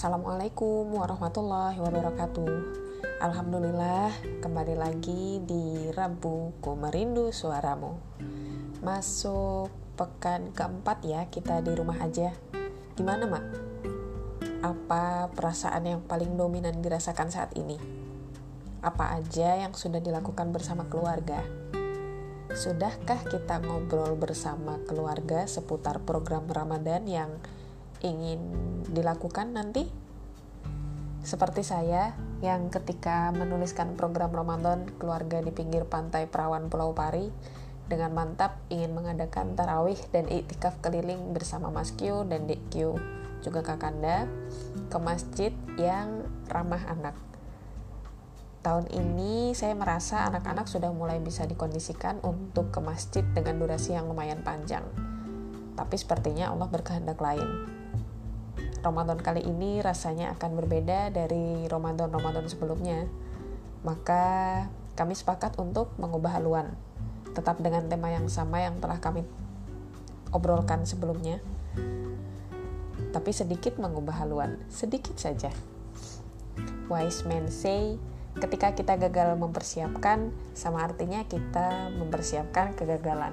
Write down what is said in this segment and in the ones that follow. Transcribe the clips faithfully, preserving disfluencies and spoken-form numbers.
Assalamualaikum warahmatullahi wabarakatuh. Alhamdulillah, kembali lagi di Rabuku Merindu Suaramu. Masuk pekan keempat ya, kita di rumah aja. Gimana, Mak? Apa perasaan yang paling dominan dirasakan saat ini? Apa aja yang sudah dilakukan bersama keluarga? Sudahkah kita ngobrol bersama keluarga seputar program Ramadan yang ingin dilakukan nanti? Seperti saya yang ketika menuliskan program Ramadan keluarga di pinggir pantai Perawan Pulau Pari dengan mantap ingin mengadakan tarawih dan iktikaf keliling bersama Mas Q dan Dek Q juga Kakanda ke masjid yang ramah anak. Tahun ini saya merasa anak-anak sudah mulai bisa dikondisikan untuk ke masjid dengan durasi yang lumayan panjang. Tapi sepertinya Allah berkehendak lain. Ramadan kali ini rasanya akan berbeda dari Ramadan-Ramadan sebelumnya. Maka kami sepakat untuk mengubah haluan. Tetap dengan tema yang sama yang telah kami obrolkan sebelumnya. Tapi sedikit mengubah haluan, sedikit saja. Wise men say, ketika kita gagal mempersiapkan, sama artinya kita mempersiapkan kegagalan.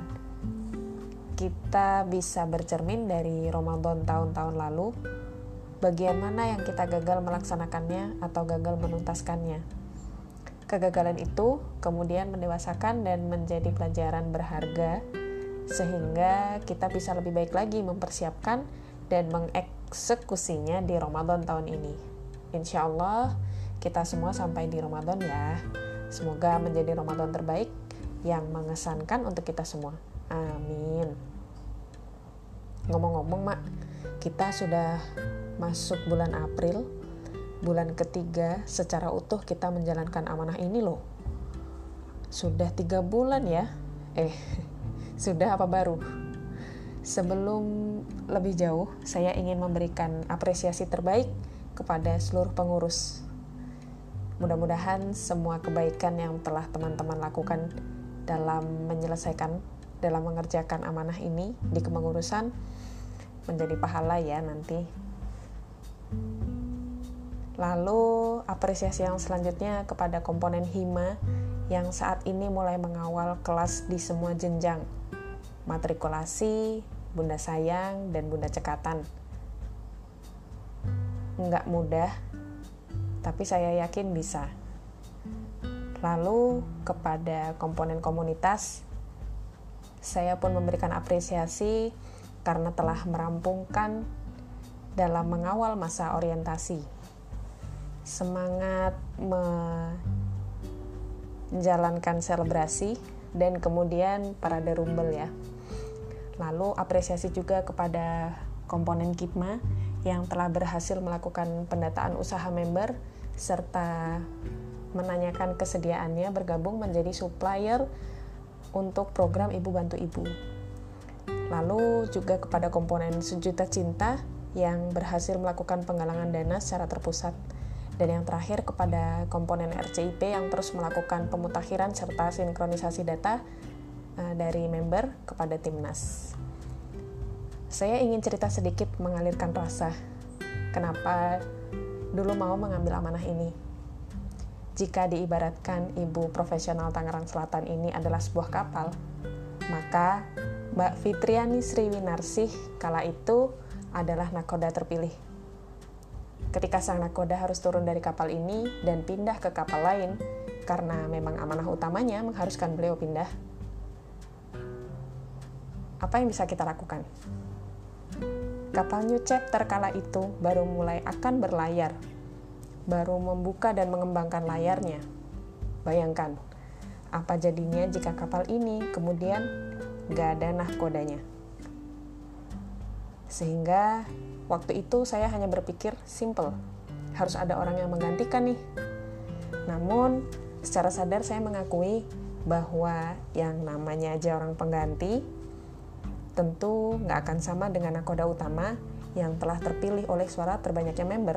Kita bisa bercermin dari Ramadan tahun-tahun lalu, bagian mana yang kita gagal melaksanakannya atau gagal menuntaskannya. Kegagalan itu kemudian mendewasakan dan menjadi pelajaran berharga sehingga kita bisa lebih baik lagi mempersiapkan dan mengeksekusinya di Ramadan tahun ini. Insya Allah kita semua sampai di Ramadan ya. Semoga menjadi Ramadan terbaik yang mengesankan untuk kita semua. Amin. Ngomong-ngomong, Mak, kita sudah masuk bulan April, bulan ketiga secara utuh kita menjalankan amanah ini loh. Sudah tiga bulan ya? Eh, sudah apa baru? Sebelum lebih jauh, saya ingin memberikan apresiasi terbaik kepada seluruh pengurus. Mudah-mudahan semua kebaikan yang telah teman-teman lakukan dalam menyelesaikan, dalam mengerjakan amanah ini di kepengurusan menjadi pahala ya nanti. Lalu apresiasi yang selanjutnya kepada komponen Hima yang saat ini mulai mengawal kelas di semua jenjang, matrikulasi, Bunda Sayang, dan Bunda Cekatan. Enggak mudah, tapi saya yakin bisa. Lalu kepada komponen komunitas, saya pun memberikan apresiasi karena telah merampungkan dalam mengawal masa orientasi. Semangat menjalankan selebrasi dan kemudian parade rumbel ya. Lalu apresiasi juga kepada komponen Kipma yang telah berhasil melakukan pendataan usaha member serta menanyakan kesediaannya bergabung menjadi supplier untuk program Ibu Bantu Ibu. Lalu juga kepada komponen Sejuta Cinta yang berhasil melakukan penggalangan dana secara terpusat. Dan yang terakhir kepada komponen R C I P yang terus melakukan pemutakhiran serta sinkronisasi data uh, dari member kepada Timnas. Saya ingin cerita sedikit mengalirkan rasa. Kenapa dulu mau mengambil amanah ini? Jika diibaratkan Ibu Profesional Tangerang Selatan ini adalah sebuah kapal, maka Mbak Fitriani Sriwinarsih kala itu adalah nakoda terpilih. Ketika sang nakoda harus turun dari kapal ini dan pindah ke kapal lain, karena memang amanah utamanya mengharuskan beliau pindah, apa yang bisa kita lakukan? Kapal New Chapter kala itu baru mulai akan berlayar, baru membuka dan mengembangkan layarnya. Bayangkan, apa jadinya jika kapal ini kemudian gak ada nahkodanya? Sehingga waktu itu saya hanya berpikir simple, harus ada orang yang menggantikan nih. Namun secara sadar saya mengakui bahwa yang namanya aja orang pengganti tentu gak akan sama dengan nakoda utama yang telah terpilih oleh suara terbanyaknya member.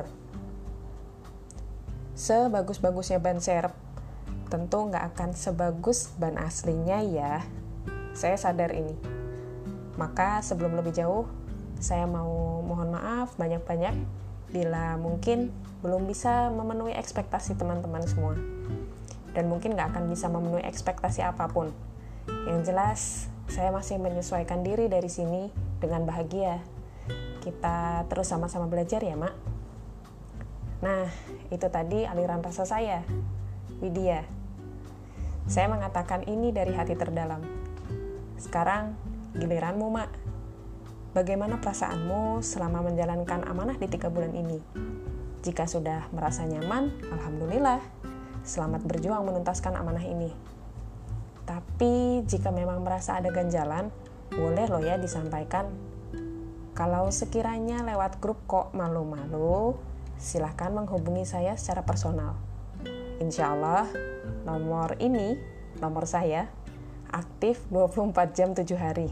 Sebagus-bagusnya ban serep tentu gak akan sebagus ban aslinya ya. Saya sadar ini. Maka sebelum lebih jauh, saya mau mohon maaf banyak-banyak bila mungkin belum bisa memenuhi ekspektasi teman-teman semua. Dan mungkin gak akan bisa memenuhi ekspektasi apapun. Yang jelas, saya masih menyesuaikan diri dari sini dengan bahagia. Kita terus sama-sama belajar ya, Mak. Nah, itu tadi aliran rasa saya, Widya. Saya mengatakan ini dari hati terdalam. Sekarang, giliranmu, Mak. Bagaimana perasaanmu selama menjalankan amanah di tiga bulan ini? Jika sudah merasa nyaman, alhamdulillah. Selamat berjuang menuntaskan amanah ini. Tapi jika memang merasa ada ganjalan, boleh loh ya disampaikan. Kalau sekiranya lewat grup kok malu-malu, silahkan menghubungi saya secara personal. Insya Allah, nomor ini, nomor saya, aktif dua puluh empat jam tujuh hari.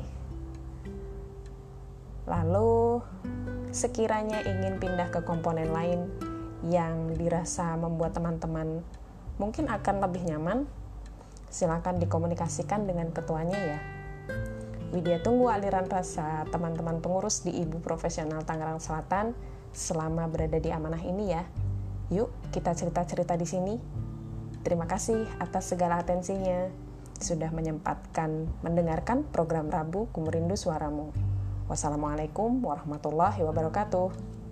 Lalu, sekiranya ingin pindah ke komponen lain yang dirasa membuat teman-teman mungkin akan lebih nyaman, silakan dikomunikasikan dengan ketuanya ya. Widya tunggu aliran rasa teman-teman pengurus di Ibu Profesional Tangerang Selatan selama berada di amanah ini ya. Yuk kita cerita-cerita di sini. Terima kasih atas segala atensinya, sudah menyempatkan mendengarkan program Rabu Ku Merindu Suaramu. Wassalamualaikum warahmatullahi wabarakatuh.